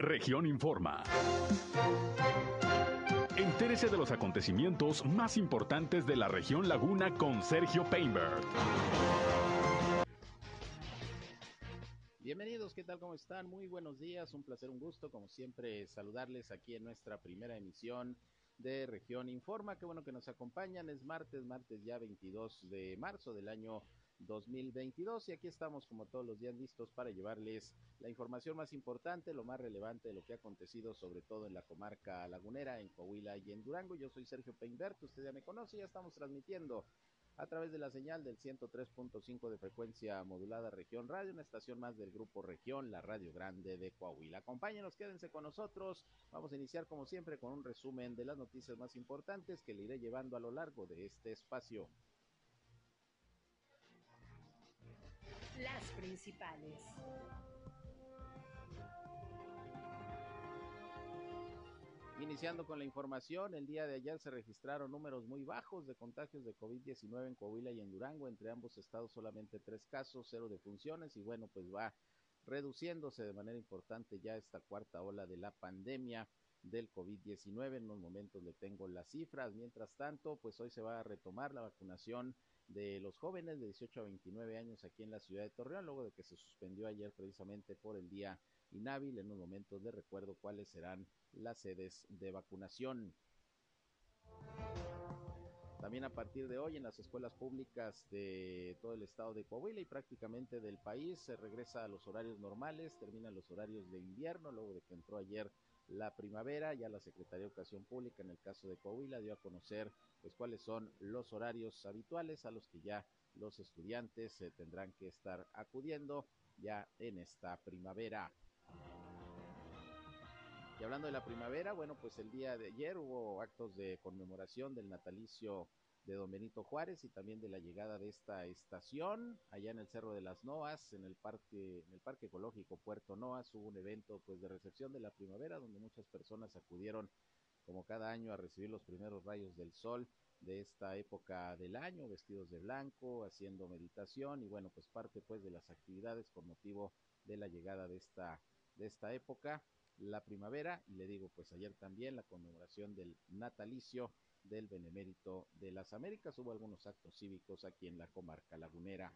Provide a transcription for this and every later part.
Región Informa. Entérese de los acontecimientos más importantes de la región Laguna con Sergio Painberg. Bienvenidos, ¿qué tal? ¿Cómo están? Muy buenos días, un placer, un gusto, como siempre, saludarles aquí en nuestra primera emisión de Región Informa. Qué bueno que nos acompañan, es martes ya 22 de marzo del año 2022 y aquí estamos como todos los días listos para llevarles la información más importante, lo más relevante de lo que ha acontecido sobre todo en la comarca lagunera, en Coahuila y en Durango. Yo soy Sergio Painberg, usted ya me conoce, ya estamos transmitiendo a través de la señal del 103.5 de frecuencia modulada Región Radio, una estación más del Grupo Región, la Radio Grande de Coahuila. Acompáñenos, quédense con nosotros. Vamos a iniciar como siempre con un resumen de las noticias más importantes que le iré llevando a lo largo de este espacio. Las principales. Iniciando con la información, el día de ayer se registraron números muy bajos de contagios de COVID-19 en Coahuila y en Durango, entre ambos estados solamente 3 casos, 0 defunciones y bueno, pues va reduciéndose de manera importante ya esta cuarta ola de la pandemia del COVID-19. En unos momentos le tengo las cifras. Mientras tanto, pues hoy se va a retomar la vacunación de los jóvenes de 18 a 29 años aquí en la ciudad de Torreón, luego de que se suspendió ayer precisamente por el día inhábil. En unos momentos les recuerdo cuáles serán las sedes de vacunación. También a partir de hoy en las escuelas públicas de todo el estado de Coahuila y prácticamente del país se regresa a los horarios normales, terminan los horarios de invierno, luego de que entró ayer la primavera. Ya la Secretaría de Educación Pública en el caso de Coahuila dio a conocer pues cuáles son los horarios habituales a los que ya los estudiantes tendrán que estar acudiendo ya en esta primavera. Y hablando de la primavera, bueno, pues el día de ayer hubo actos de conmemoración del natalicio de don Benito Juárez y también de la llegada de esta estación allá en el Cerro de las Noas, en el parque ecológico Puerto Noas. Hubo un evento pues de recepción de la primavera donde muchas personas acudieron como cada año a recibir los primeros rayos del sol de esta época del año, vestidos de blanco, haciendo meditación y bueno, pues parte pues de las actividades con motivo de la llegada de esta época, la primavera. Y le digo, pues ayer también la conmemoración del natalicio del Benemérito de las Américas. Hubo algunos actos cívicos aquí en la comarca lagunera.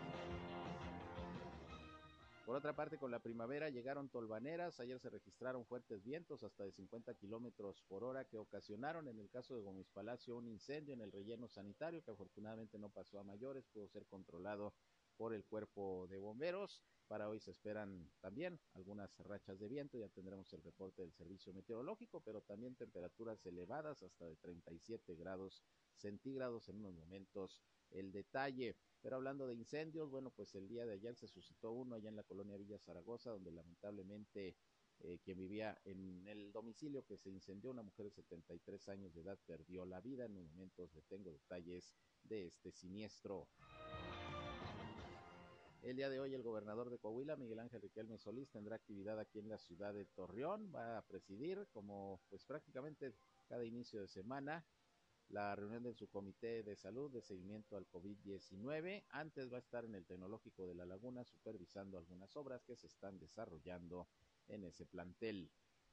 Por otra parte, con la primavera llegaron tolvaneras. Ayer se registraron fuertes vientos hasta de 50 kilómetros por hora que ocasionaron, en el caso de Gómez Palacio, un incendio en el relleno sanitario que afortunadamente no pasó a mayores, pudo ser controlado por el cuerpo de bomberos. Para hoy se esperan también algunas rachas de viento, ya tendremos el reporte del servicio meteorológico, pero también temperaturas elevadas hasta de 37 grados centígrados en unos momentos el detalle. Pero hablando de incendios, bueno, pues el día de ayer se suscitó uno allá en la colonia Villa Zaragoza, donde lamentablemente quien vivía en el domicilio que se incendió, una mujer de 73 años de edad, perdió la vida. En unos momentos le tengo detalles de este siniestro. El día de hoy el gobernador de Coahuila, Miguel Ángel Riquelme Solís, tendrá actividad aquí en la ciudad de Torreón. Va a presidir, como pues prácticamente cada inicio de semana, la reunión de su comité de salud de seguimiento al COVID-19. Antes va a estar en el Tecnológico de La Laguna supervisando algunas obras que se están desarrollando en ese plantel.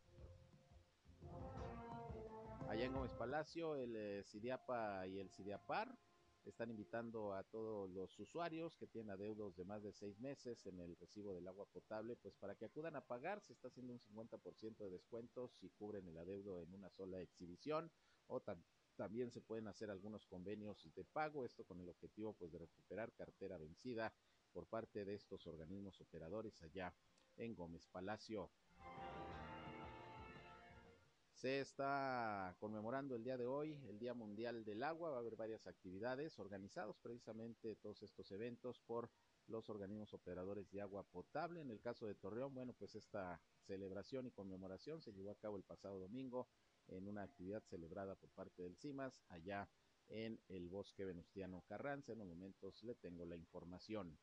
Allá en Gómez Palacio, el CIDIAPA y el CIDIAPAR están invitando a todos los usuarios que tienen adeudos de más de 6 meses en el recibo del agua potable, pues para que acudan a pagar. Se está haciendo un 50% de descuentos si cubren el adeudo en una sola exhibición, o también se pueden hacer algunos convenios de pago, esto con el objetivo pues de recuperar cartera vencida por parte de estos organismos operadores allá en Gómez Palacio. Se está conmemorando el día de hoy, el Día Mundial del Agua. Va a haber varias actividades organizados precisamente todos estos eventos por los organismos operadores de agua potable. En el caso de Torreón, bueno, pues esta celebración y conmemoración se llevó a cabo el pasado domingo en una actividad celebrada por parte del CIMAS allá en el Bosque Venustiano Carranza. En unos momentos le tengo la información.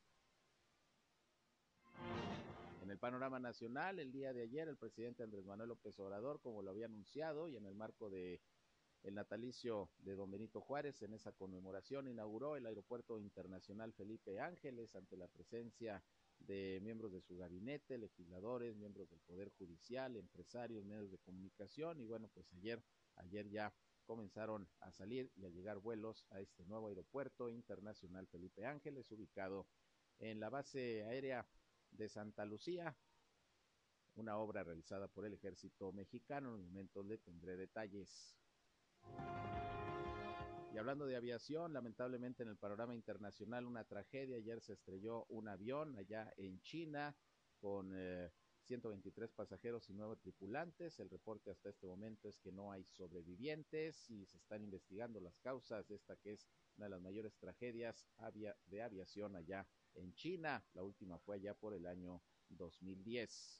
En el panorama nacional, el día de ayer, el presidente Andrés Manuel López Obrador, como lo había anunciado, y en el marco de el natalicio de don Benito Juárez, en esa conmemoración inauguró el Aeropuerto Internacional Felipe Ángeles ante la presencia de miembros de su gabinete, legisladores, miembros del Poder Judicial, empresarios, medios de comunicación, y bueno, pues ayer ya comenzaron a salir y a llegar vuelos a este nuevo aeropuerto internacional Felipe Ángeles, ubicado en la base aérea de Santa Lucía, una obra realizada por el ejército mexicano. En un momento le tendré detalles. Y hablando de aviación, lamentablemente en el panorama internacional una tragedia. Ayer se estrelló un avión allá en China con 123 pasajeros y 9 tripulantes. El reporte hasta este momento es que no hay sobrevivientes y se están investigando las causas de esta que es una de las mayores tragedias de aviación allá en China. La última fue allá por el año 2010.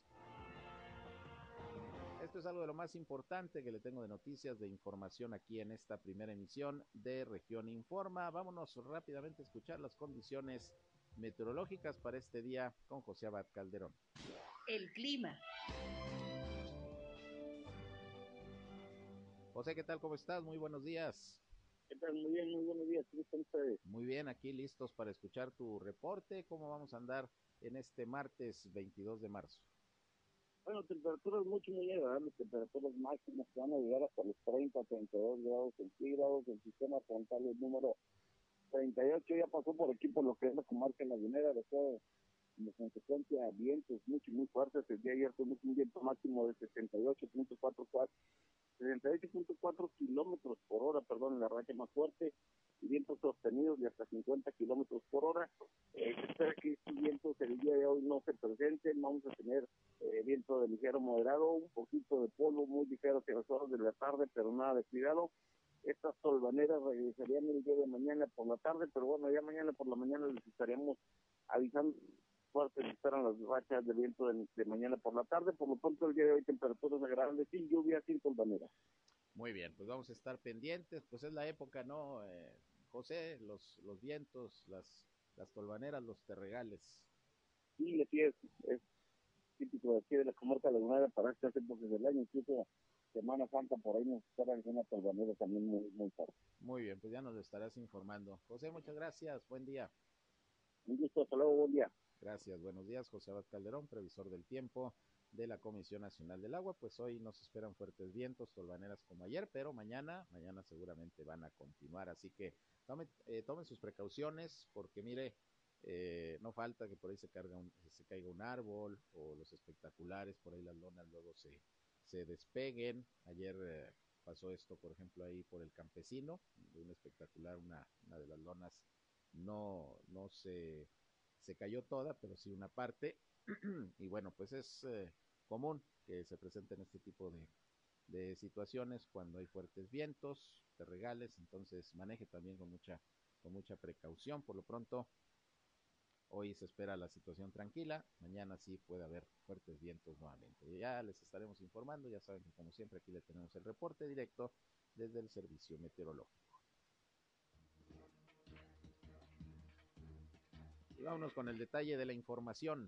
Esto es algo de lo más importante que le tengo de noticias, de información aquí en esta primera emisión de Región Informa. Vámonos rápidamente a escuchar las condiciones meteorológicas para este día con José Abad Calderón. El clima. José, ¿qué tal? ¿Cómo estás? Muy buenos días. ¿Qué tal? Muy bien, muy buenos días. ¿Cómo están ustedes? Muy bien, aquí listos para escuchar tu reporte. ¿Cómo vamos a andar en este martes 22 de marzo? Bueno, temperaturas muy agradables, temperaturas máximas que van a llegar hasta los 30, 32 grados centígrados. El sistema frontal es número 38 ya pasó por aquí, por lo que es la comarca lagunera, dejó como consecuencia vientos muy fuertes. El día de ayer tuvimos un viento máximo de 68.4 kilómetros por hora, en la racha más fuerte, y vientos sostenidos de hasta 50 kilómetros por hora. Se espera que estos vientos el día de hoy no se presenten. Vamos a tener viento de ligero moderado, un poquito de polvo muy ligero hacia las horas de la tarde, pero nada de cuidado. Estas tolvaneras regresarían el día de mañana por la tarde, pero bueno, ya mañana por la mañana les estaríamos avisando fuertes esperan las rachas de viento de mañana por la tarde. Por lo pronto el día de hoy temperaturas agradables, sin lluvia, sin tolvaneras. Muy bien, pues vamos a estar pendientes, pues es la época, ¿no? José, los vientos, las tolvaneras, los terregales. Sí, así es típico de aquí de la comarca lagunera para estas épocas del año, incluso Semana Santa por ahí nos espera alguna tolvanera también muy fuerte. Muy bien, pues ya nos lo estarás informando. José, muchas gracias, buen día. Un gusto, hasta luego, buen día. Gracias, buenos días, José Abad Calderón, previsor del tiempo de la Comisión Nacional del Agua. Pues hoy nos esperan fuertes vientos, tolvaneras como ayer, pero mañana seguramente van a continuar, así que tomen sus precauciones, porque mire, no falta que por ahí se caiga un árbol, o los espectaculares, por ahí las lonas luego se despeguen. Ayer pasó esto, por ejemplo, ahí por el Campesino, de un espectacular, una de las lonas no se cayó toda, pero sí una parte. Y bueno, pues es común que se presenten este tipo de situaciones cuando hay fuertes vientos, terregales. Entonces maneje también con mucha precaución. Por lo pronto, hoy se espera la situación tranquila, mañana sí puede haber fuertes vientos nuevamente. Ya les estaremos informando, ya saben que como siempre aquí le tenemos el reporte directo desde el servicio meteorológico. Y vámonos con el detalle de la información.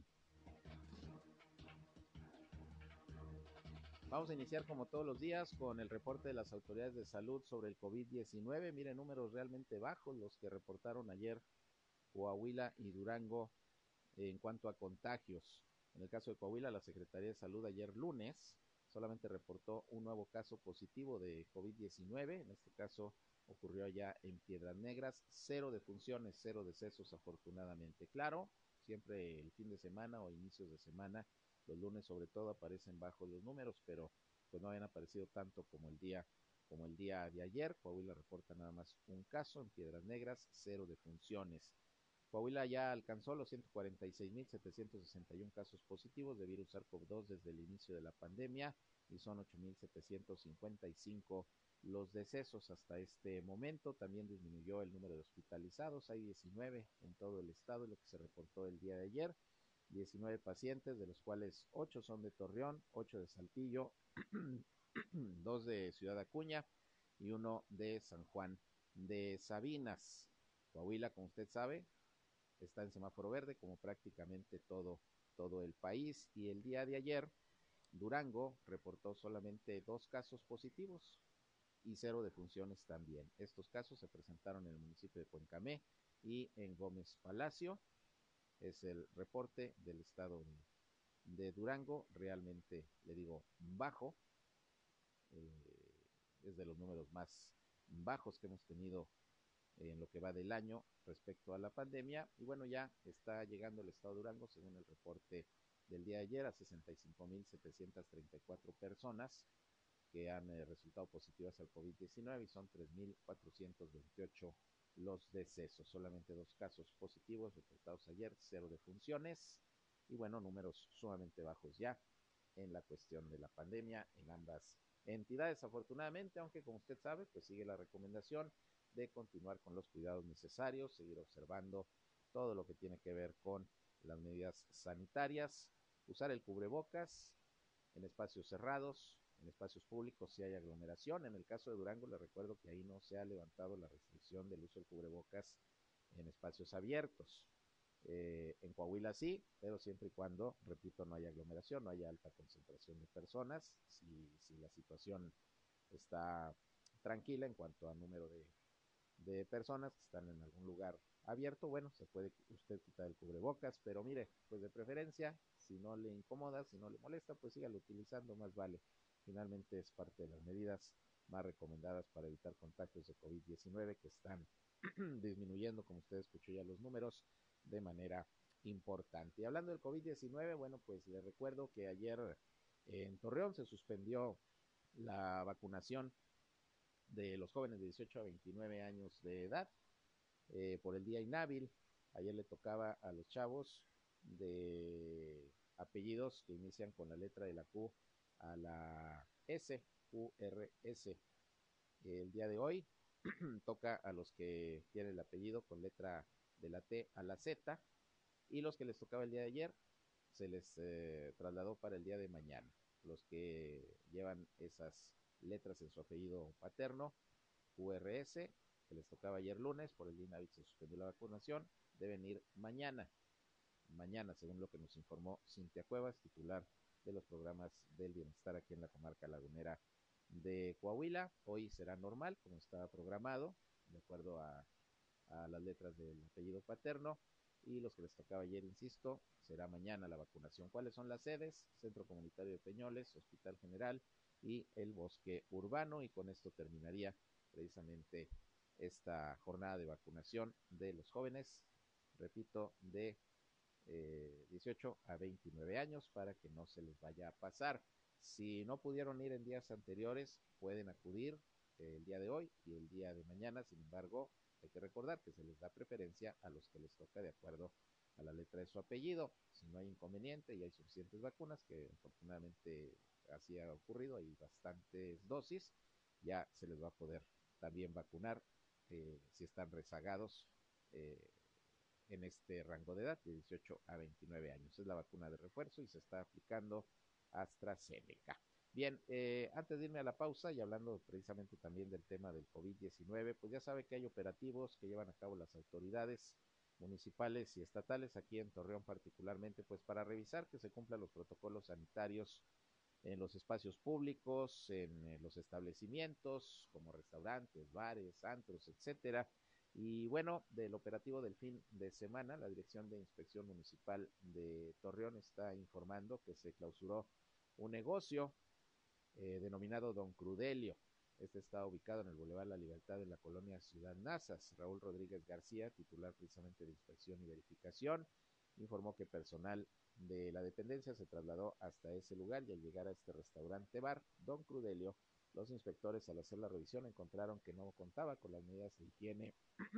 Vamos a iniciar como todos los días con el reporte de las autoridades de salud sobre el COVID-19. Miren, números realmente bajos los que reportaron ayer Coahuila y Durango en cuanto a contagios. En el caso de Coahuila, la Secretaría de Salud ayer lunes solamente reportó un nuevo caso positivo de COVID-19. En este caso ocurrió allá en Piedras Negras. 0 defunciones, 0 decesos afortunadamente. Claro, siempre el fin de semana o inicios de semana, los lunes sobre todo, aparecen bajos los números, pero pues no habían aparecido tanto como el día de ayer. Coahuila reporta nada más un caso, en Piedras Negras 0 defunciones. Coahuila ya alcanzó los 146.761 casos positivos de virus SARS-CoV-2 desde el inicio de la pandemia, y son 8.755 los decesos hasta este momento. También disminuyó el número de hospitalizados, hay 19 en todo el estado, lo que se reportó el día de ayer. 19 pacientes, de los cuales 8 son de Torreón, 8 de Saltillo, 2 de Ciudad Acuña y 1 de San Juan de Sabinas. Coahuila, como usted sabe, está en semáforo verde, como prácticamente todo el país. Y el día de ayer, Durango reportó solamente 2 casos positivos y 0 defunciones también. Estos casos se presentaron en el municipio de Cuencamé y en Gómez Palacio. Es el reporte del estado de Durango, realmente, le digo, bajo, es de los números más bajos que hemos tenido en lo que va del año respecto a la pandemia. Y bueno, ya está llegando el estado de Durango, según el reporte del día de ayer, a 65.734 personas que han resultado positivas al COVID-19 y son 3.428 los decesos. Solamente 2 casos positivos reportados ayer, 0 defunciones y bueno, números sumamente bajos ya en la cuestión de la pandemia en ambas entidades, afortunadamente, aunque como usted sabe, pues sigue la recomendación de continuar con los cuidados necesarios, seguir observando todo lo que tiene que ver con las medidas sanitarias, usar el cubrebocas en espacios cerrados, en espacios públicos si hay aglomeración. En el caso de Durango, le recuerdo que ahí no se ha levantado la restricción del uso del cubrebocas en espacios abiertos. En Coahuila sí, pero siempre y cuando, repito, no haya aglomeración, no haya alta concentración de personas, si la situación está tranquila en cuanto a número de personas que están en algún lugar abierto, bueno, se puede usted quitar el cubrebocas, pero mire, pues de preferencia, si no le incomoda, si no le molesta, pues sígalo utilizando, más vale. Finalmente es parte de las medidas más recomendadas para evitar contagios de COVID-19 que están disminuyendo, como usted escuchó ya los números, de manera importante. Y hablando del COVID-19, bueno, pues le recuerdo que ayer en Torreón se suspendió la vacunación de los jóvenes de 18 a 29 años de edad por el día inhábil. Ayer le tocaba a los chavos de apellidos que inician con la letra de la Q a la S, QRS. El día de hoy toca a los que tienen el apellido con letra de la T a la Z, y los que les tocaba el día de ayer se les trasladó para el día de mañana. Los que llevan esas letras en su apellido paterno, QRS, que les tocaba ayer lunes, por el día inhábil se suspendió la vacunación, deben ir mañana. Mañana, según lo que nos informó Cintia Cuevas, titular de los programas del bienestar aquí en la comarca lagunera de Coahuila. Hoy será normal, como estaba programado, de acuerdo a las letras del apellido paterno, y los que les tocaba ayer, insisto, será mañana la vacunación. ¿Cuáles son las sedes? Centro Comunitario de Peñoles, Hospital General y el Bosque Urbano, y con esto terminaría precisamente esta jornada de vacunación de los jóvenes, repito, de 18 a 29 años, para que no se les vaya a pasar. Si no pudieron ir en días anteriores, pueden acudir el día de hoy y el día de mañana. Sin embargo, hay que recordar que se les da preferencia a los que les toca de acuerdo a la letra de su apellido. Si no hay inconveniente y hay suficientes vacunas, que afortunadamente así ha ocurrido, hay bastantes dosis, ya se les va a poder también vacunar si están rezagados en este rango de edad de 18 a 29 años. Es la vacuna de refuerzo y se está aplicando AstraZeneca. Bien, antes de irme a la pausa y hablando precisamente también del tema del COVID-19, pues ya sabe que hay operativos que llevan a cabo las autoridades municipales y estatales aquí en Torreón particularmente, pues para revisar que se cumplan los protocolos sanitarios en los espacios públicos, en los establecimientos como restaurantes, bares, antros, etcétera. Y bueno, del operativo del fin de semana, la Dirección de Inspección Municipal de Torreón está informando que se clausuró un negocio denominado Don Crudelio. Este está ubicado en el Boulevard La Libertad de la colonia Ciudad Nazas. Raúl Rodríguez García, titular precisamente de Inspección y Verificación, informó que personal de la dependencia se trasladó hasta ese lugar y al llegar a este restaurante bar, Don Crudelio, los inspectores al hacer la revisión encontraron que no contaba con las medidas de higiene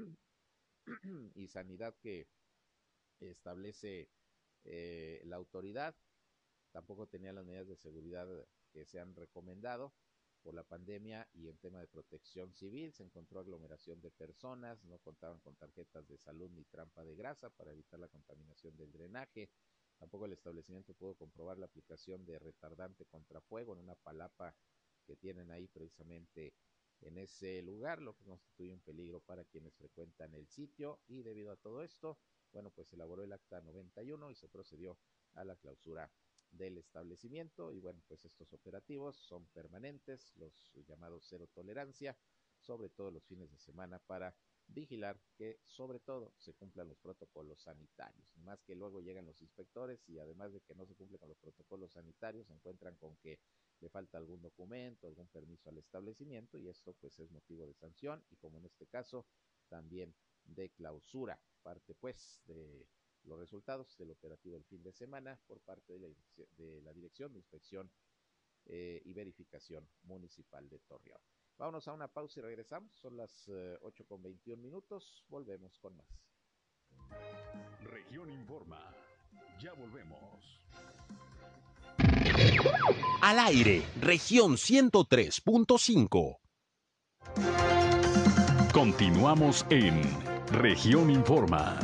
y sanidad que establece la autoridad. Tampoco tenía las medidas de seguridad que se han recomendado por la pandemia, y en tema de protección civil se encontró aglomeración de personas, no contaban con tarjetas de salud ni trampa de grasa para evitar la contaminación del drenaje. Tampoco el establecimiento pudo comprobar la aplicación de retardante contra fuego en una palapa que tienen ahí precisamente en ese lugar, lo que constituye un peligro para quienes frecuentan el sitio. Y debido a todo esto, bueno, pues se elaboró el acta 91 y se procedió a la clausura del establecimiento. Y bueno, pues estos operativos son permanentes, los llamados cero tolerancia, sobre todo los fines de semana, para vigilar que sobre todo se cumplan los protocolos sanitarios, más que luego llegan los inspectores y además de que no se cumple con los protocolos sanitarios, se encuentran con que le falta algún documento, algún permiso al establecimiento y esto pues es motivo de sanción y como en este caso también de clausura, parte pues de los resultados del operativo del fin de semana por parte de la Dirección de Inspección y Verificación Municipal de Torreón. Vámonos a una pausa y regresamos. Son las 8:21. Volvemos con más. Región Informa. Ya volvemos. Al aire, región 103.5. Continuamos en Región Informa.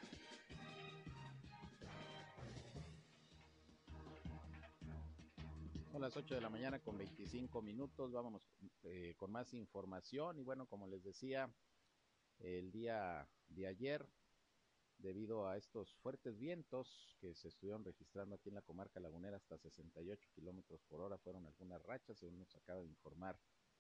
Son las 8 de la mañana con 25 minutos. Vámonos con más información. Y bueno, como les decía, el día de ayer, debido a estos fuertes vientos que se estuvieron registrando aquí en la comarca lagunera hasta 68 kilómetros por hora, fueron algunas rachas, según nos acaba de informar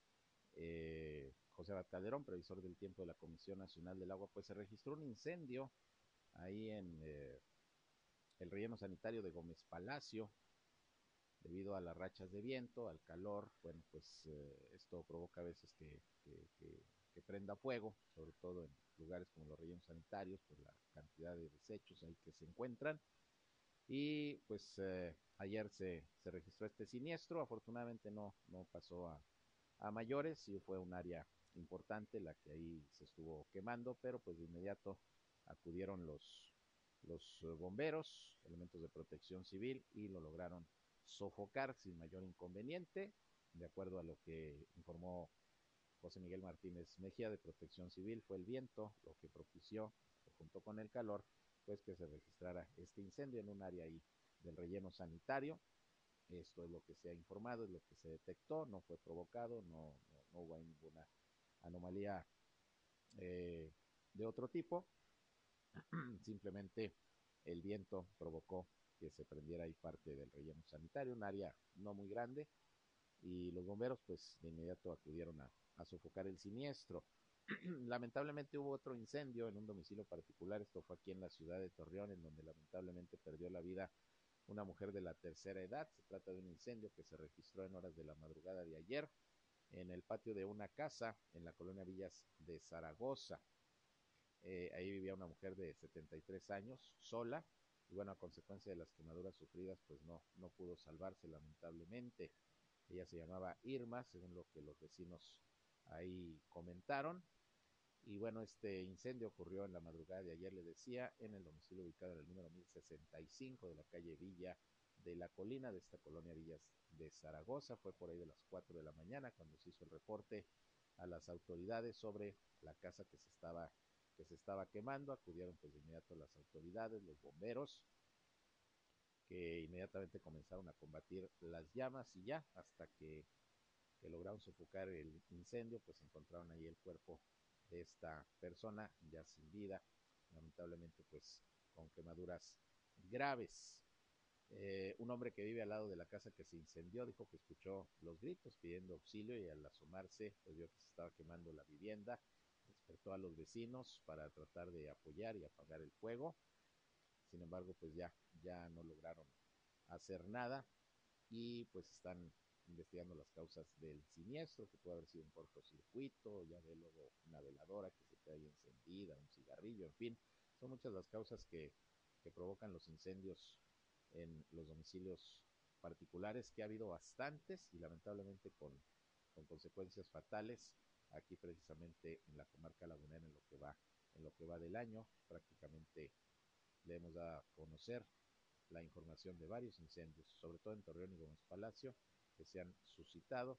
José Abad Calderón, previsor del tiempo de la Comisión Nacional del Agua, pues se registró un incendio ahí en el relleno sanitario de Gómez Palacio, debido a las rachas de viento, al calor. Bueno, pues esto provoca a veces que prenda fuego, sobre todo en lugares como los rellenos sanitarios, por la cantidad de desechos ahí que se encuentran. Y pues ayer se registró este siniestro, afortunadamente no pasó a mayores, y fue un área importante la que ahí se estuvo quemando, pero pues de inmediato acudieron los bomberos, elementos de protección civil, y lo lograron sofocar sin mayor inconveniente, de acuerdo a lo que informó José Miguel Martínez Mejía de Protección Civil. Fue el viento lo que propició, junto con el calor, pues que se registrara este incendio en un área ahí del relleno sanitario. Esto es lo que se ha informado, es lo que se detectó, no fue provocado, no hubo ninguna anomalía de otro tipo, simplemente el viento provocó que se prendiera ahí parte del relleno sanitario, un área no muy grande, y los bomberos pues de inmediato acudieron a sofocar el siniestro. Lamentablemente hubo otro incendio en un domicilio particular, esto fue aquí en la ciudad de Torreón, en donde lamentablemente perdió la vida una mujer de la tercera edad. Se trata de un incendio que se registró en horas de la madrugada de ayer en el patio de una casa en la colonia Villas de Zaragoza. Ahí vivía una mujer de 73 años, sola, y bueno, a consecuencia de las quemaduras sufridas, pues no pudo salvarse lamentablemente. Ella se llamaba Irma, según lo que los vecinos ahí comentaron. Y bueno, este incendio ocurrió en la madrugada de ayer, le decía, en el domicilio ubicado en el número 1065 de la calle Villa de la Colina, de esta colonia Villas de Zaragoza. Fue por ahí de las 4 de la mañana cuando se hizo el reporte a las autoridades sobre la casa que se estaba quemando. Acudieron pues de inmediato las autoridades, los bomberos, que inmediatamente comenzaron a combatir las llamas, y ya hasta que lograron sofocar el incendio, pues encontraron ahí el cuerpo de esta persona ya sin vida, lamentablemente pues con quemaduras graves. Un hombre que vive al lado de la casa que se incendió dijo que escuchó los gritos pidiendo auxilio, y al asomarse pues vio que se estaba quemando la vivienda. Despertó a los vecinos para tratar de apoyar y apagar el fuego. Sin embargo, pues ya no lograron hacer nada, y pues están investigando las causas del siniestro, que puede haber sido un cortocircuito, ya ve luego una veladora que se queda ahí encendida, un cigarrillo, en fin, son muchas las causas que provocan los incendios en los domicilios particulares, que ha habido bastantes y lamentablemente con consecuencias fatales aquí precisamente en la comarca lagunera en lo que va del año. Prácticamente le hemos dado a conocer la información de varios incendios, sobre todo en Torreón y Gómez Palacio, que se han suscitado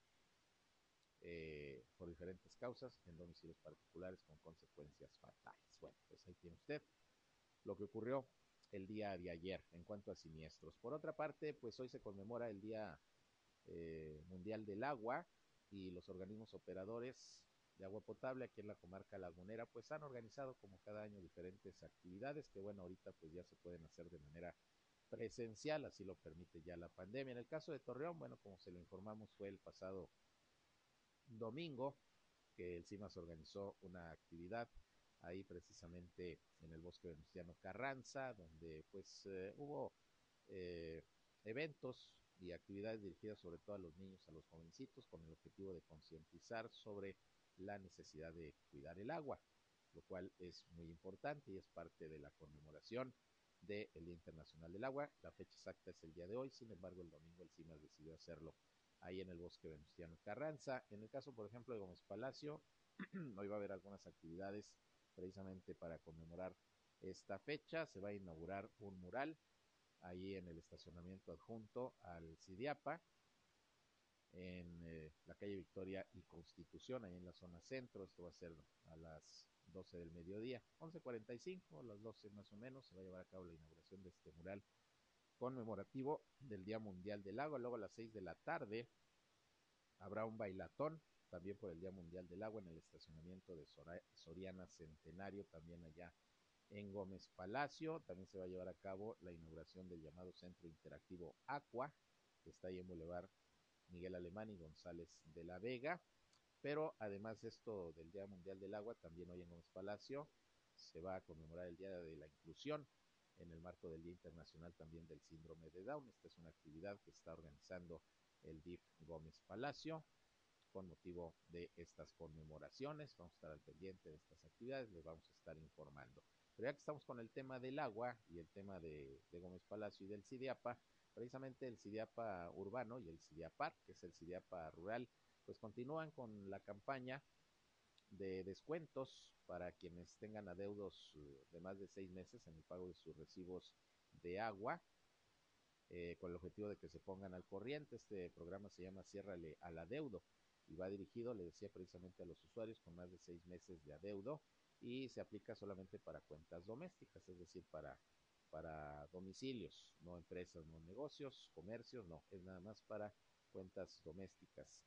por diferentes causas en domicilios particulares con consecuencias fatales. Bueno, pues ahí tiene usted lo que ocurrió el día de ayer en cuanto a siniestros. Por otra parte, pues hoy se conmemora el Día Mundial del Agua, y los organismos operadores de agua potable aquí en la comarca lagunera pues han organizado como cada año diferentes actividades que bueno, ahorita pues ya se pueden hacer de manera presencial, así lo permite ya la pandemia. En el caso de Torreón, bueno, como se lo informamos, fue el pasado domingo que el CIMAS organizó una actividad ahí precisamente en el Bosque Venustiano Carranza, donde pues hubo eh, eventos y actividades dirigidas sobre todo a los niños, a los jovencitos, con el objetivo de concientizar sobre la necesidad de cuidar el agua, lo cual es muy importante y es parte de la conmemoración del Día Internacional del Agua. La fecha exacta es el día de hoy, sin embargo el domingo el CIMAS decidió hacerlo ahí en el Bosque Venustiano Carranza. En el caso, por ejemplo, de Gómez Palacio, hoy va a haber algunas actividades precisamente para conmemorar esta fecha. Se va a inaugurar un mural ahí en el estacionamiento adjunto al CIDIAPA, en la calle Victoria y Constitución, ahí en la zona centro. Esto va a ser a las 12 del mediodía, 11:45, a las 12 más o menos, se va a llevar a cabo la inauguración de este mural conmemorativo del Día Mundial del Agua. Luego a las 6 de la tarde habrá un bailatón, también por el Día Mundial del Agua, en el estacionamiento de Soriana Centenario, también allá en Gómez Palacio. También se va a llevar a cabo la inauguración del llamado Centro Interactivo Aqua, que está ahí en Boulevard Miguel Alemán y González de la Vega. Pero además de esto del Día Mundial del Agua, también hoy en Gómez Palacio se va a conmemorar el Día de la Inclusión en el marco del Día Internacional también del Síndrome de Down. Esta es una actividad que está organizando el DIF Gómez Palacio con motivo de estas conmemoraciones. Vamos a estar al pendiente de estas actividades, les vamos a estar informando. Pero ya que estamos con el tema del agua y el tema de Gómez Palacio y del CIDIAPA, precisamente el CIDIAPA urbano y el CIDIAPAR, que es el CIDIAPA rural, pues continúan con la campaña de descuentos para quienes tengan adeudos de más de 6 meses en el pago de sus recibos de agua, con el objetivo de que se pongan al corriente. Este programa se llama Ciérrale al Adeudo y va dirigido, le decía, precisamente a los usuarios con más de 6 meses de adeudo, y se aplica solamente para cuentas domésticas, es decir, para domicilios, no empresas, no negocios, comercios, no, es nada más para cuentas domésticas.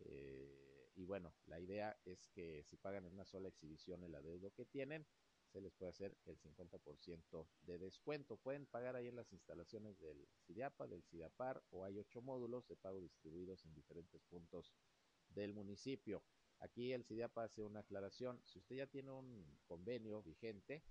Y bueno, la idea es que si pagan en una sola exhibición el adeudo que tienen, se les puede hacer el 50% de descuento. Pueden pagar ahí en las instalaciones del CIDIAPA, del CIDAPAR, o hay 8 módulos de pago distribuidos en diferentes puntos del municipio. Aquí el CIDIAPA hace una aclaración: si usted ya tiene un convenio vigente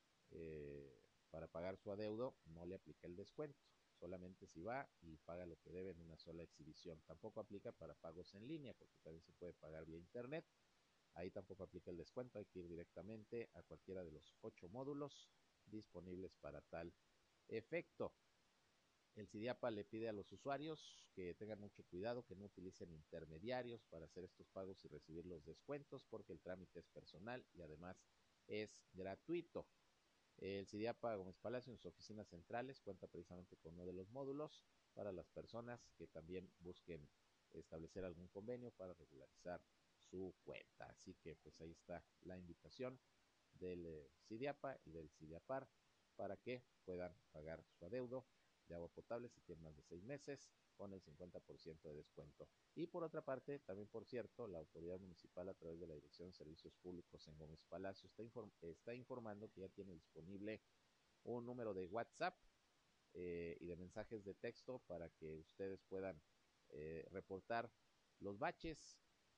para pagar su adeudo, no le aplica el descuento, solamente si va y paga lo que debe en una sola exhibición. Tampoco aplica para pagos en línea, porque también se puede pagar vía internet. Ahí tampoco aplica el descuento, hay que ir directamente a cualquiera de los 8 módulos disponibles para tal efecto. El CIDIAPA le pide a los usuarios que tengan mucho cuidado, que no utilicen intermediarios para hacer estos pagos y recibir los descuentos, porque el trámite es personal y además es gratuito. El CIDIAPA Gómez Palacio, en sus oficinas centrales, cuenta precisamente con uno de los módulos para las personas que también busquen establecer algún convenio para regularizar su cuenta. Así que pues ahí está la invitación del CIDIAPA y del CIDIAPAR para que puedan pagar su adeudo de agua potable si tienen más de 6 meses, con el 50% de descuento. Y por otra parte, también por cierto, la autoridad municipal, a través de la Dirección de Servicios Públicos en Gómez Palacio, está informando que ya tiene disponible un número de WhatsApp y de mensajes de texto para que ustedes puedan reportar los baches.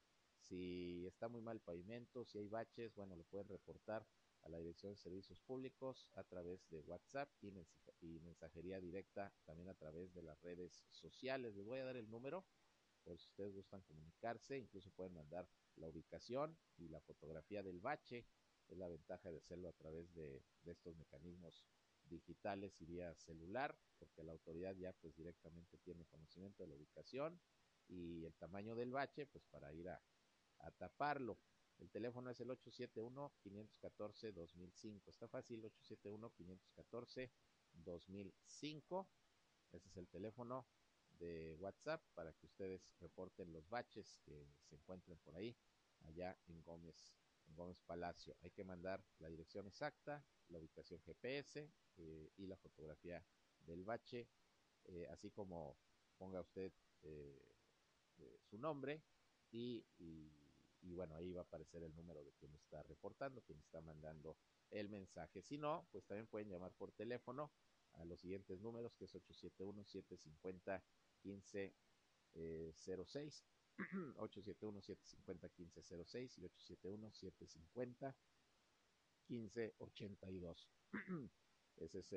Si está muy mal el pavimento, si hay baches, bueno, lo pueden reportar a la Dirección de Servicios Públicos a través de WhatsApp y mensajería directa, también a través de las redes sociales. Les voy a dar el número por si ustedes gustan comunicarse. Incluso pueden mandar la ubicación y la fotografía del bache. Es la ventaja de hacerlo a través de estos mecanismos digitales y vía celular, porque la autoridad ya pues directamente tiene conocimiento de la ubicación y el tamaño del bache, pues para ir a taparlo. El teléfono es el 871-514-2005. Está fácil, 871-514-2005. Ese es el teléfono de WhatsApp para que ustedes reporten los baches que se encuentren por ahí, allá en Gómez Palacio. Hay que mandar la dirección exacta, la ubicación GPS y la fotografía del bache, así como ponga usted su nombre y bueno, ahí va a aparecer el número de quien está reportando, quien está mandando el mensaje. Si no, pues también pueden llamar por teléfono a los siguientes números, que es 871-750-1506, 871-750-1506 y 871-750 1582. Ese es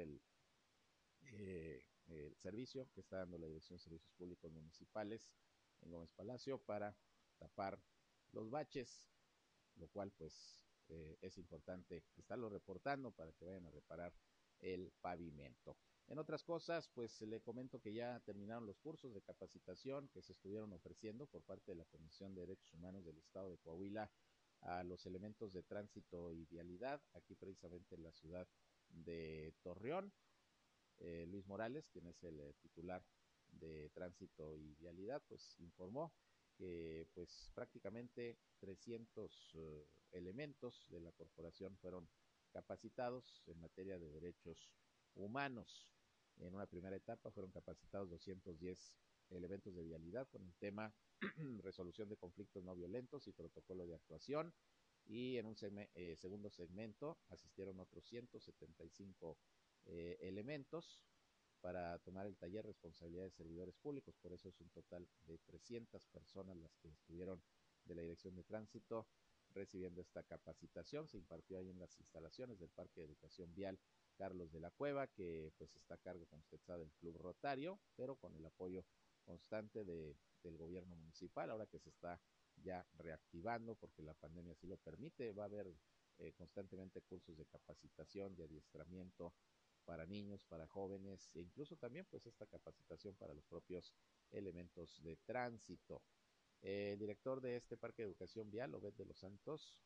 el servicio que está dando la Dirección de Servicios Públicos Municipales en Gómez Palacio para tapar los baches, lo cual pues es importante estarlo reportando para que vayan a reparar el pavimento. En otras cosas, pues le comento que ya terminaron los cursos de capacitación que se estuvieron ofreciendo por parte de la Comisión de Derechos Humanos del Estado de Coahuila a los elementos de tránsito y vialidad, aquí precisamente en la ciudad de Torreón. Luis Morales, quien es el titular de tránsito y vialidad, pues informó que pues prácticamente 300 elementos de la corporación fueron capacitados en materia de derechos humanos. En una primera etapa fueron capacitados 210 elementos de vialidad con el tema resolución de conflictos no violentos y protocolo de actuación, y en un segundo segmento asistieron otros 175 elementos para tomar el taller responsabilidad de servidores públicos. Por eso es un total de 300 personas las que estuvieron de la Dirección de Tránsito recibiendo esta capacitación. Se impartió ahí en las instalaciones del Parque de Educación Vial Carlos de la Cueva, que pues está a cargo, como usted sabe, del Club Rotario, pero con el apoyo constante del gobierno municipal, ahora que se está ya reactivando porque la pandemia así lo permite. Va a haber constantemente cursos de capacitación, de adiestramiento para niños, para jóvenes, e incluso también pues esta capacitación para los propios elementos de tránsito. El director de este Parque de Educación Vial, Obed de los Santos,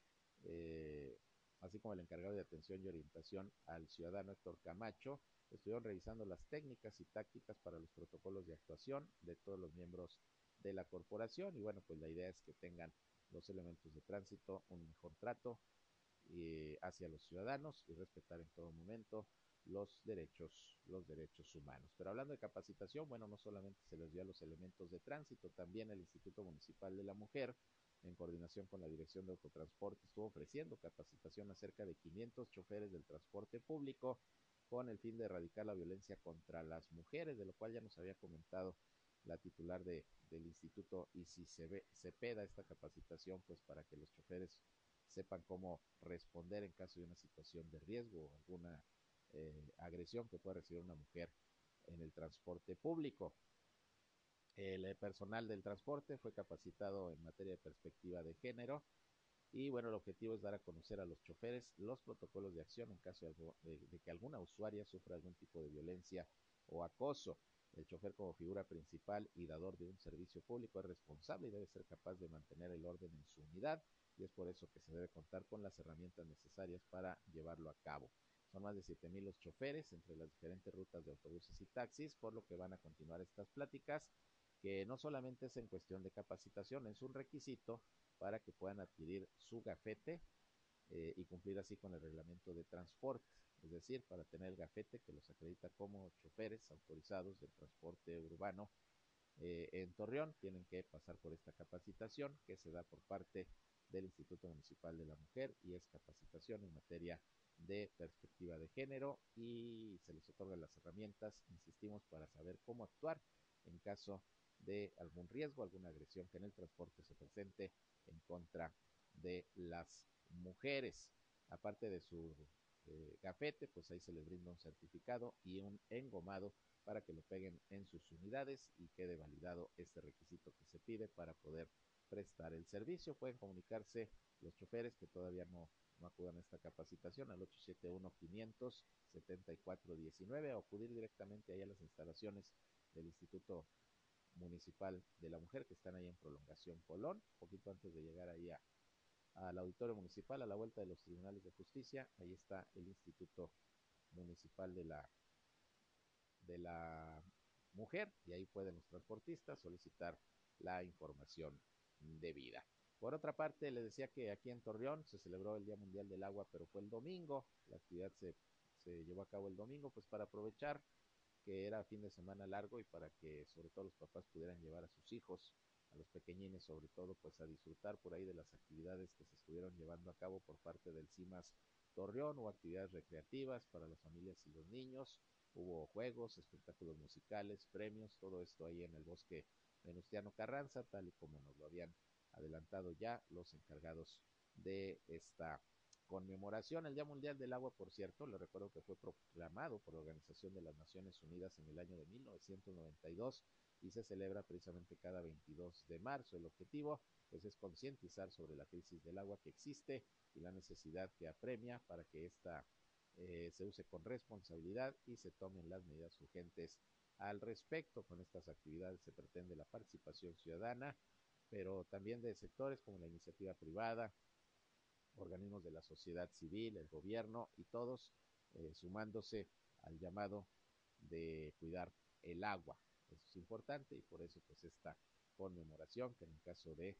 así como el encargado de atención y orientación al ciudadano Héctor Camacho, estuvieron revisando las técnicas y tácticas para los protocolos de actuación de todos los miembros de la corporación, y bueno, pues la idea es que tengan los elementos de tránsito un mejor trato hacia los ciudadanos y respetar en todo momento los derechos humanos. Pero hablando de capacitación, bueno, no solamente se les dio a los elementos de tránsito, también el Instituto Municipal de la Mujer, en coordinación con la Dirección de Autotransporte, estuvo ofreciendo capacitación a cerca de 500 choferes del transporte público con el fin de erradicar la violencia contra las mujeres, de lo cual ya nos había comentado la titular del instituto, y si se da esta capacitación, pues para que los choferes sepan cómo responder en caso de una situación de riesgo o alguna agresión que pueda recibir una mujer en el transporte público. El personal del transporte fue capacitado en materia de perspectiva de género, y bueno, el objetivo es dar a conocer a los choferes los protocolos de acción en caso de que alguna usuaria sufra algún tipo de violencia o acoso. El chofer, como figura principal y dador de un servicio público, es responsable y debe ser capaz de mantener el orden en su unidad, y es por eso que se debe contar con las herramientas necesarias para llevarlo a cabo. Son más de 7,000 los choferes entre las diferentes rutas de autobuses y taxis, por lo que van a continuar estas pláticas, que no solamente es en cuestión de capacitación, es un requisito para que puedan adquirir su gafete y cumplir así con el reglamento de transporte, es decir, para tener el gafete que los acredita como choferes autorizados del transporte urbano en Torreón, tienen que pasar por esta capacitación que se da por parte del Instituto Municipal de la Mujer, y es capacitación en materia de perspectiva de género, y se les otorgan las herramientas, insistimos, para saber cómo actuar en caso de algún riesgo, alguna agresión que en el transporte se presente en contra de las mujeres. Aparte de su gafete, pues ahí se les brinda un certificado y un engomado para que lo peguen en sus unidades y quede validado este requisito que se pide para poder prestar el servicio. Pueden comunicarse los choferes que todavía no acudan a esta capacitación al 871-500-7419 o acudir directamente allá a las instalaciones del Instituto Municipal de la Mujer, que están ahí en Prolongación Colón, poquito antes de llegar ahí al auditorio municipal, a la vuelta de los tribunales de justicia. Ahí está el Instituto Municipal de la Mujer, y ahí pueden los transportistas solicitar la información debida. Por otra parte, les decía que aquí en Torreón se celebró el Día Mundial del Agua, pero fue el domingo. La actividad se llevó a cabo el domingo, pues para aprovechar que era fin de semana largo y para que sobre todo los papás pudieran llevar a sus hijos, a los pequeñines sobre todo, pues a disfrutar por ahí de las actividades que se estuvieron llevando a cabo por parte del CIMAS Torreón. Hubo actividades recreativas para las familias y los niños, hubo juegos, espectáculos musicales, premios, todo esto ahí en el bosque Venustiano Carranza, tal y como nos lo habían adelantado ya los encargados de esta conmemoración. El Día Mundial del Agua, por cierto, le recuerdo que fue proclamado por la Organización de las Naciones Unidas en el año de 1992 y se celebra precisamente cada 22 de marzo. El objetivo pues es concientizar sobre la crisis del agua que existe y la necesidad que apremia para que esta se use con responsabilidad y se tomen las medidas urgentes al respecto. Con estas actividades se pretende la participación ciudadana, pero también de sectores como la iniciativa privada, organismos de la sociedad civil, el gobierno y todos sumándose al llamado de cuidar el agua. Eso es importante y por eso pues esta conmemoración que en el caso de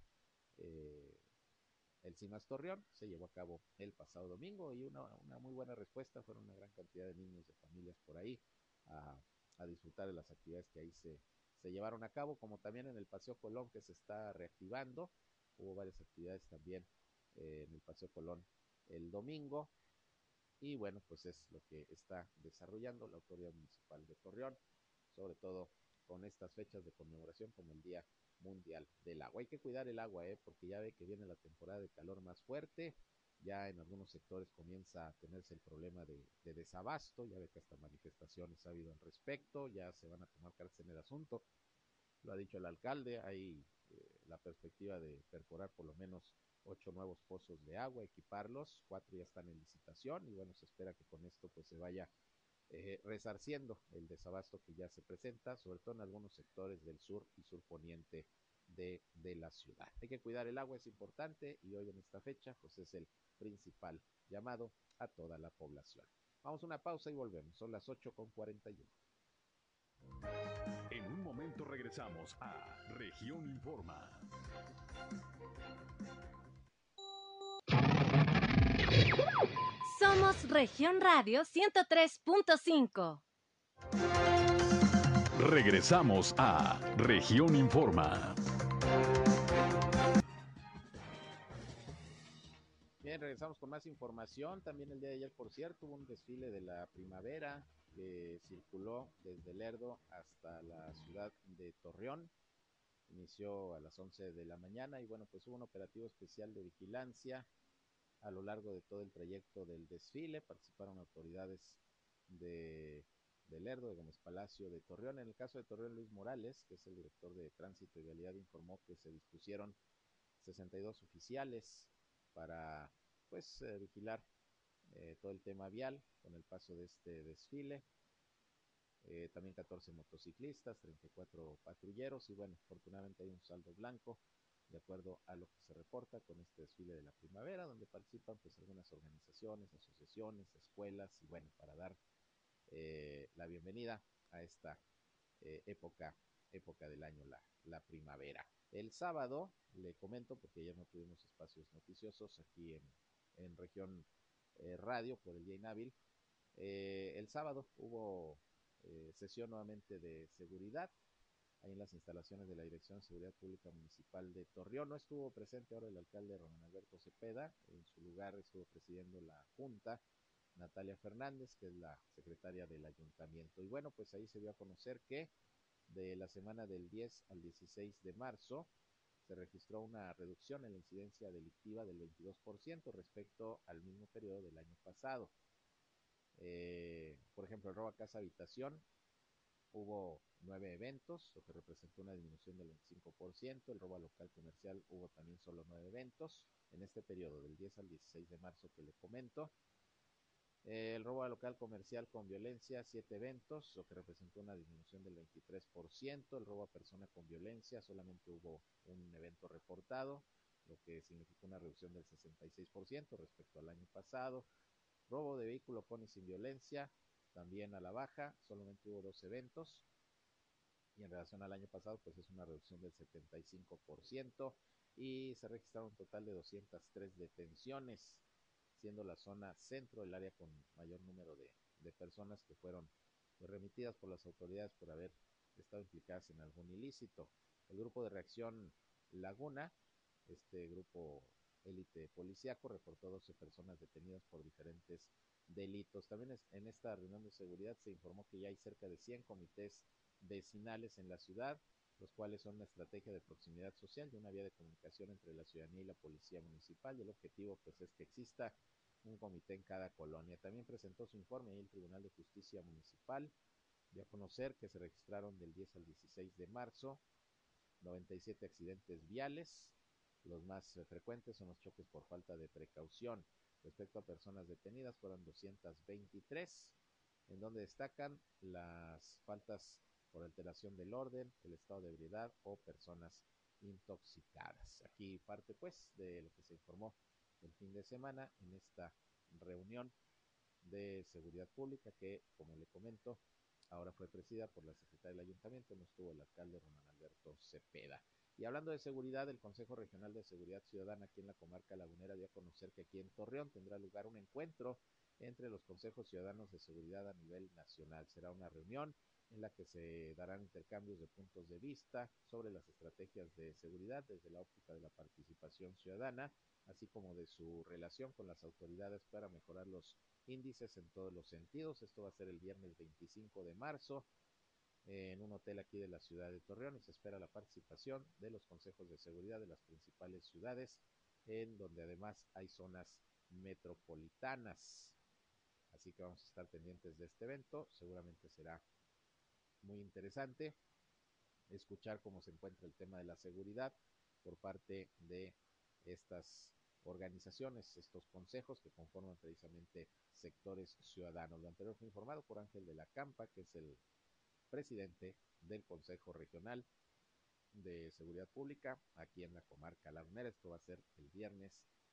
el CIMAS Torreón se llevó a cabo el pasado domingo y una muy buena respuesta. Fueron una gran cantidad de niños, de familias por ahí a disfrutar de las actividades que ahí se llevaron a cabo, como también en el Paseo Colón que se está reactivando. Hubo varias actividades también en el Paseo Colón el domingo y bueno, pues es lo que está desarrollando la autoridad municipal de Torreón, sobre todo con estas fechas de conmemoración como el Día Mundial del Agua. Hay que cuidar el agua, porque ya ve que viene la temporada de calor más fuerte, ya en algunos sectores comienza a tenerse el problema de desabasto, ya ve que hasta manifestaciones ha habido al respecto, ya se van a tomar cartas en el asunto, lo ha dicho el alcalde, hay la perspectiva de perforar por lo menos 8 nuevos pozos de agua, equiparlos, 4 ya están en licitación y bueno, se espera que con esto pues se vaya resarciendo el desabasto que ya se presenta, sobre todo en algunos sectores del sur y surponiente de la ciudad. Hay que cuidar el agua, es importante y hoy en esta fecha pues es el principal llamado a toda la población. Vamos a una pausa y volvemos, son las 8:41. En un momento regresamos a Región Informa. Somos Región Radio 103.5. Regresamos a Región Informa. Bien, regresamos con más información. También el día de ayer, por cierto, hubo un desfile de la primavera que circuló desde Lerdo hasta la ciudad de Torreón. Inició a las 11 de la mañana y bueno, pues hubo un operativo especial de vigilancia a lo largo de todo el trayecto del desfile. Participaron autoridades de Lerdo, de Gómez Palacio, de Torreón. En el caso de Torreón, Luis Morales, que es el director de Tránsito y Vialidad, informó que se dispusieron 62 oficiales para pues vigilar todo el tema vial con el paso de este desfile. También 14 motociclistas, 34 patrulleros y bueno, afortunadamente hay un saldo blanco de acuerdo a lo que se reporta con este desfile de la primavera, donde participan pues algunas organizaciones, asociaciones, escuelas y bueno, para dar la bienvenida a esta época del año, la primavera. El sábado, le comento, porque ayer no tuvimos espacios noticiosos aquí en Región Radio por el Día Inhábil, el sábado hubo sesión nuevamente de seguridad ahí en las instalaciones de la Dirección de Seguridad Pública Municipal de Torreón. No estuvo presente ahora el alcalde Román Alberto Cepeda, en su lugar estuvo presidiendo la Junta Natalia Fernández, que es la secretaria del ayuntamiento. Y bueno, pues ahí se dio a conocer que de la semana del 10 al 16 de marzo se registró una reducción en la incidencia delictiva del 22% respecto al mismo periodo del año pasado. Por ejemplo, el robo a casa habitación, hubo 9 eventos, lo que representó una disminución del 25%. El robo a local comercial hubo también solo 9 eventos en este periodo del 10 al 16 de marzo que le comento. El robo a local comercial con violencia, 7 eventos, lo que representó una disminución del 23%. El robo a persona con violencia, solamente hubo un evento reportado, lo que significó una reducción del 66% respecto al año pasado. Robo de vehículo con y sin violencia, también a la baja, solamente hubo 2 eventos. Y en relación al año pasado, pues es una reducción del 75%. Y se registraron un total de 203 detenciones, siendo la zona centro el área con mayor número de personas que fueron pues, remitidas por las autoridades por haber estado implicadas en algún ilícito. El grupo de reacción Laguna, este grupo élite policíaco, reportó 12 personas detenidas por diferentes delitos. También en esta reunión de seguridad se informó que ya hay cerca de 100 comités vecinales en la ciudad, los cuales son una estrategia de proximidad social y una vía de comunicación entre la ciudadanía y la policía municipal. Y el objetivo pues es que exista un comité en cada colonia. También presentó su informe ahí el Tribunal de Justicia Municipal, dio a conocer que se registraron del 10 al 16 de marzo 97 accidentes viales. Los más frecuentes son los choques por falta de precaución. Respecto a personas detenidas, fueron 223, en donde destacan las faltas por alteración del orden, el estado de ebriedad o personas intoxicadas. Aquí parte pues de lo que se informó el fin de semana en esta reunión de seguridad pública que, como le comento, ahora fue presidida por la secretaria del ayuntamiento, no estuvo el alcalde Román Alberto Cepeda. Y hablando de seguridad, el Consejo Regional de Seguridad Ciudadana aquí en la comarca lagunera dio a conocer que aquí en Torreón tendrá lugar un encuentro entre los consejos ciudadanos de seguridad a nivel nacional. Será una reunión en la que se darán intercambios de puntos de vista sobre las estrategias de seguridad desde la óptica de la participación ciudadana, así como de su relación con las autoridades para mejorar los índices en todos los sentidos. Esto va a ser el viernes 25 de marzo en un hotel aquí de la ciudad de Torreón y se espera la participación de los consejos de seguridad de las principales ciudades, en donde además hay zonas metropolitanas. Así que vamos a estar pendientes de este evento, seguramente será muy interesante escuchar cómo se encuentra el tema de la seguridad por parte de estas organizaciones, estos consejos que conforman precisamente sectores ciudadanos. Lo anterior fue informado por Ángel de la Campa, que es el presidente del Consejo Regional de Seguridad Pública aquí en la comarca lagunera. Esto va a ser el viernes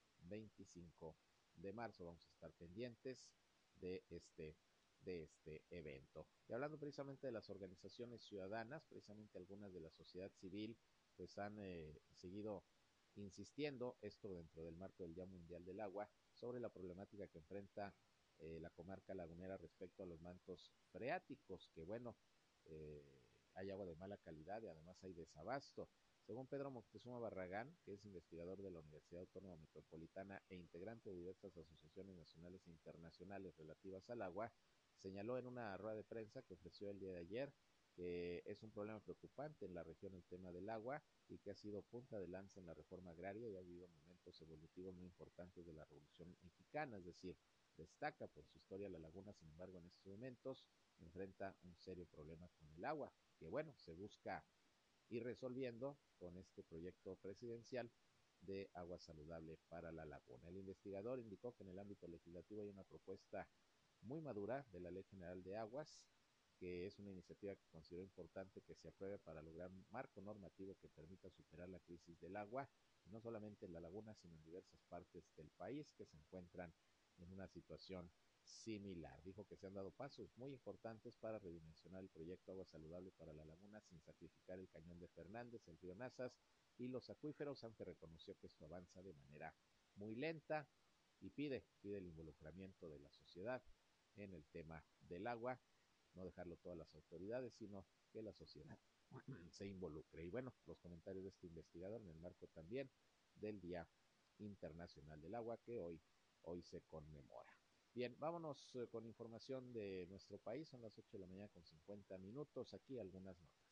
25 de marzo. Vamos a estar pendientes de este evento. Y hablando precisamente de las organizaciones ciudadanas, precisamente algunas de la sociedad civil pues han seguido insistiendo, esto dentro del marco del Día Mundial del Agua, sobre la problemática que enfrenta la comarca lagunera respecto a los mantos freáticos, que bueno, hay agua de mala calidad y además hay desabasto. Según Pedro Moctezuma Barragán, que es investigador de la Universidad Autónoma Metropolitana e integrante de diversas asociaciones nacionales e internacionales relativas al agua, señaló en una rueda de prensa que ofreció el día de ayer que es un problema preocupante en la región el tema del agua y que ha sido punta de lanza en la reforma agraria y ha habido momentos evolutivos muy importantes de la Revolución Mexicana, es decir, destaca por su historia la laguna, sin embargo en estos momentos enfrenta un serio problema con el agua, que bueno, se busca ir resolviendo con este proyecto presidencial de agua saludable para la laguna. El investigador indicó que en el ámbito legislativo hay una propuesta muy madura de la Ley General de Aguas, que es una iniciativa que considero importante que se apruebe para lograr un marco normativo que permita superar la crisis del agua, no solamente en la laguna, sino en diversas partes del país que se encuentran en una situación similar. Dijo que se han dado pasos muy importantes para redimensionar el proyecto Agua Saludable para la Laguna sin sacrificar el Cañón de Fernández, el río Nazas y los acuíferos, aunque reconoció que esto avanza de manera muy lenta y pide el involucramiento de la sociedad en el tema del agua, no dejarlo todas las autoridades, sino que la sociedad se involucre. Y bueno, los comentarios de este investigador en el marco también del Día Internacional del Agua que hoy se conmemora. Bien, vámonos con información de nuestro país. Son las 8 de la mañana con 50 minutos. Aquí algunas notas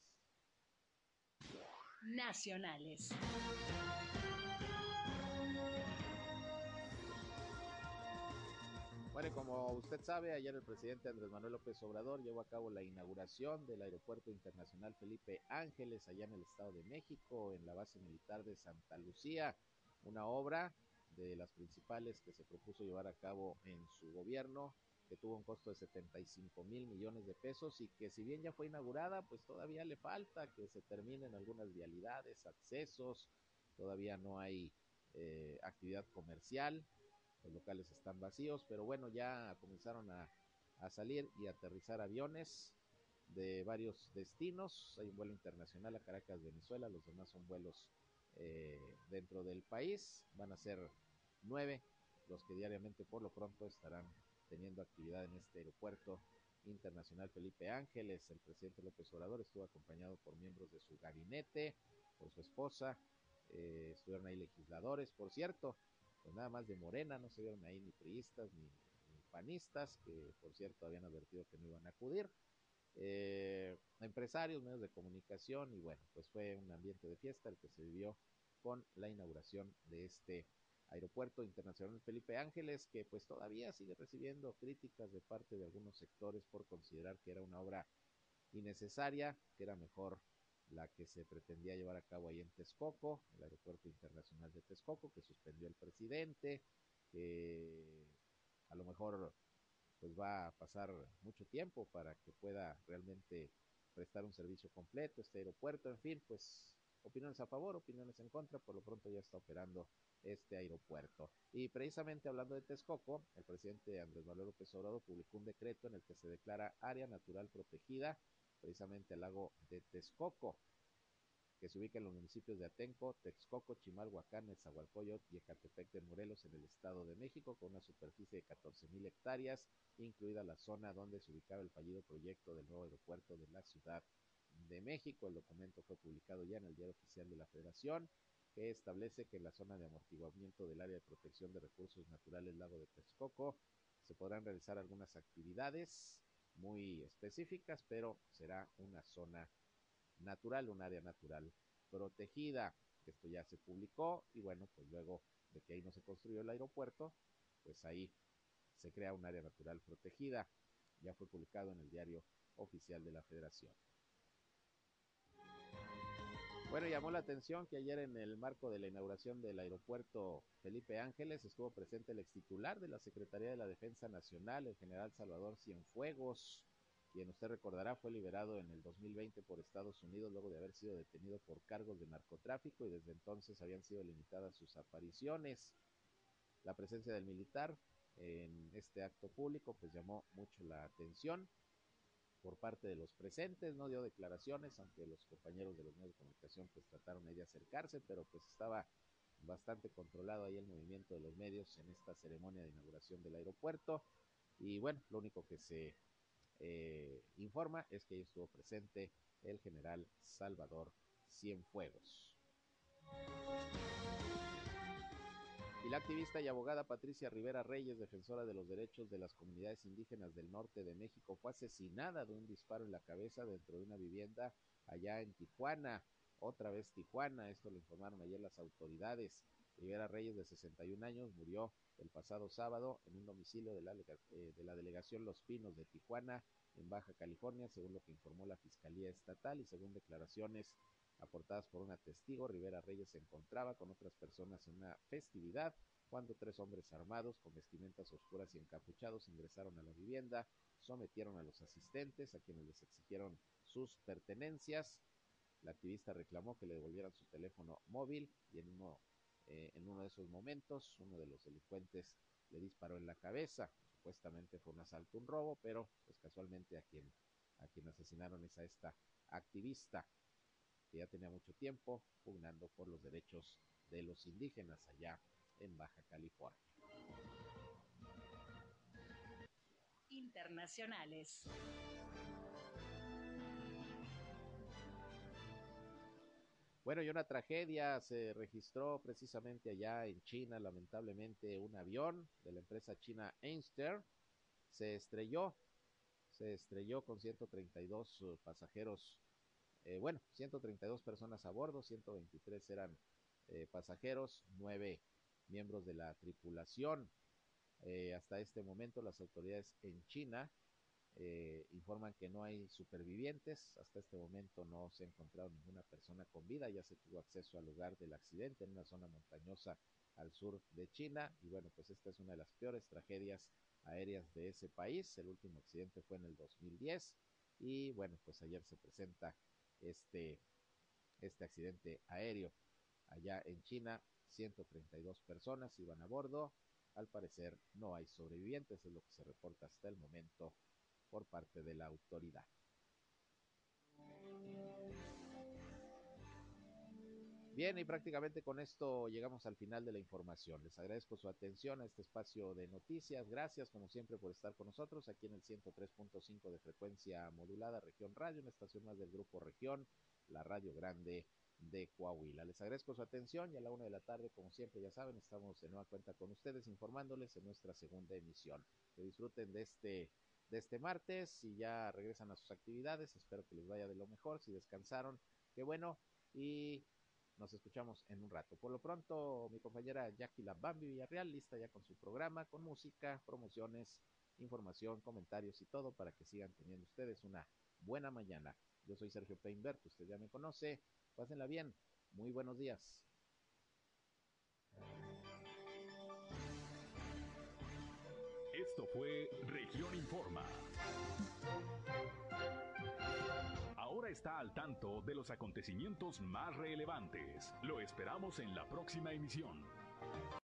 nacionales. Bueno, como usted sabe, ayer el presidente Andrés Manuel López Obrador llevó a cabo la inauguración del Aeropuerto Internacional Felipe Ángeles allá en el Estado de México, en la base militar de Santa Lucía, una obra de las principales que se propuso llevar a cabo en su gobierno, que tuvo un costo de 75,000 millones de pesos y que si bien ya fue inaugurada, pues todavía le falta que se terminen algunas vialidades, accesos, todavía no hay actividad comercial. Los locales están vacíos, pero bueno, ya comenzaron a salir y a aterrizar aviones de varios destinos. Hay un vuelo internacional a Caracas, Venezuela, los demás son vuelos dentro del país. Van a ser 9 los que diariamente por lo pronto estarán teniendo actividad en este aeropuerto internacional Felipe Ángeles. El presidente López Obrador estuvo acompañado por miembros de su gabinete, por su esposa, estuvieron ahí legisladores, por cierto, pues nada más de Morena, no se vieron ahí ni priistas ni panistas, que por cierto habían advertido que no iban a acudir, empresarios, medios de comunicación, y bueno, pues fue un ambiente de fiesta el que se vivió con la inauguración de este Aeropuerto Internacional Felipe Ángeles, que pues todavía sigue recibiendo críticas de parte de algunos sectores por considerar que era una obra innecesaria, que era mejor la que se pretendía llevar a cabo ahí en Texcoco, el Aeropuerto Internacional de Texcoco, que suspendió el presidente, que a lo mejor pues va a pasar mucho tiempo para que pueda realmente prestar un servicio completo este aeropuerto. En fin, pues opiniones a favor, opiniones en contra. Por lo pronto ya está operando este aeropuerto. Y precisamente hablando de Texcoco, el presidente Andrés Manuel López Obrador publicó un decreto en el que se declara área natural protegida precisamente el lago de Texcoco, que se ubica en los municipios de Atenco, Texcoco, Chimalhuacán, Nezahualcóyotl y Ecatepec de Morelos, en el Estado de México, con una superficie de 14,000 hectáreas, incluida la zona donde se ubicaba el fallido proyecto del nuevo aeropuerto de la Ciudad de México. El documento fue publicado ya en el Diario Oficial de la Federación, que establece que en la zona de amortiguamiento del área de protección de recursos naturales Lago de Texcoco se podrán realizar algunas actividades muy específicas, pero será una zona natural, un área natural protegida. Esto ya se publicó y bueno, pues luego de que ahí no se construyó el aeropuerto, pues ahí se crea un área natural protegida. Ya fue publicado en el Diario Oficial de la Federación. Bueno, llamó la atención que ayer en el marco de la inauguración del aeropuerto Felipe Ángeles estuvo presente el extitular de la Secretaría de la Defensa Nacional, el general Salvador Cienfuegos, quien usted recordará fue liberado en el 2020 por Estados Unidos luego de haber sido detenido por cargos de narcotráfico y desde entonces habían sido limitadas sus apariciones. La presencia del militar en este acto público pues llamó mucho la atención por parte de los presentes, no dio declaraciones, aunque los compañeros de los medios de comunicación pues trataron ahí de acercarse, pero pues estaba bastante controlado ahí el movimiento de los medios en esta ceremonia de inauguración del aeropuerto. Y bueno, lo único que se informa es que ahí estuvo presente el general Salvador Cienfuegos. Y la activista y abogada Patricia Rivera Reyes, defensora de los derechos de las comunidades indígenas del norte de México, fue asesinada de un disparo en la cabeza dentro de una vivienda allá en Tijuana. Otra vez Tijuana, esto lo informaron ayer las autoridades. Rivera Reyes, de 61 años, murió el pasado sábado en un domicilio de la delegación Los Pinos de Tijuana, en Baja California, según lo que informó la Fiscalía Estatal y según declaraciones aportadas por una testigo. Rivera Reyes se encontraba con otras personas en una festividad cuando 3 hombres armados con vestimentas oscuras y encapuchados ingresaron a la vivienda, sometieron a los asistentes, a quienes les exigieron sus pertenencias. La activista reclamó que le devolvieran su teléfono móvil y en uno de esos momentos uno de los delincuentes le disparó en la cabeza. Supuestamente fue un asalto, un robo, pero pues casualmente a quien asesinaron es a esta activista, que ya tenía mucho tiempo pugnando por los derechos de los indígenas allá en Baja California. Internacionales. Bueno, y una tragedia se registró precisamente allá en China. Lamentablemente, un avión de la empresa china Einstein se estrelló con 132 pasajeros, 132 personas a bordo, 123 eran pasajeros, 9 miembros de la tripulación. Hasta este momento las autoridades en China informan que no hay supervivientes. Hasta este momento no se ha encontrado ninguna persona con vida. Ya se tuvo acceso al lugar del accidente en una zona montañosa al sur de China. Y bueno, pues esta es una de las peores tragedias aéreas de ese país. El último accidente fue en el 2010. Y bueno, pues ayer se presenta este accidente aéreo allá en China. 132 personas iban a bordo. Al parecer no hay sobrevivientes, es lo que se reporta hasta el momento por parte de la autoridad. Bien, y prácticamente con esto llegamos al final de la información. Les agradezco su atención a este espacio de noticias. Gracias, como siempre, por estar con nosotros aquí en el 103.5 de frecuencia modulada, Región Radio, una estación más del Grupo Región, la Radio Grande de Coahuila. Les agradezco su atención y a la 1 de la tarde, como siempre, ya saben, estamos de nueva cuenta con ustedes informándoles en nuestra segunda emisión. Que disfruten de este martes y ya regresan a sus actividades. Espero que les vaya de lo mejor. Si descansaron, qué bueno. Y Nos escuchamos en un rato. Por lo pronto, mi compañera Jackie La Bambi Villarreal, lista ya con su programa, con música, promociones, información, comentarios y todo para que sigan teniendo ustedes una buena mañana. Yo soy Sergio Peinbert, usted ya me conoce. Pásenla bien. Muy buenos días. Esto fue Región Informa. Ahora está al tanto de los acontecimientos más relevantes. Lo esperamos en la próxima emisión.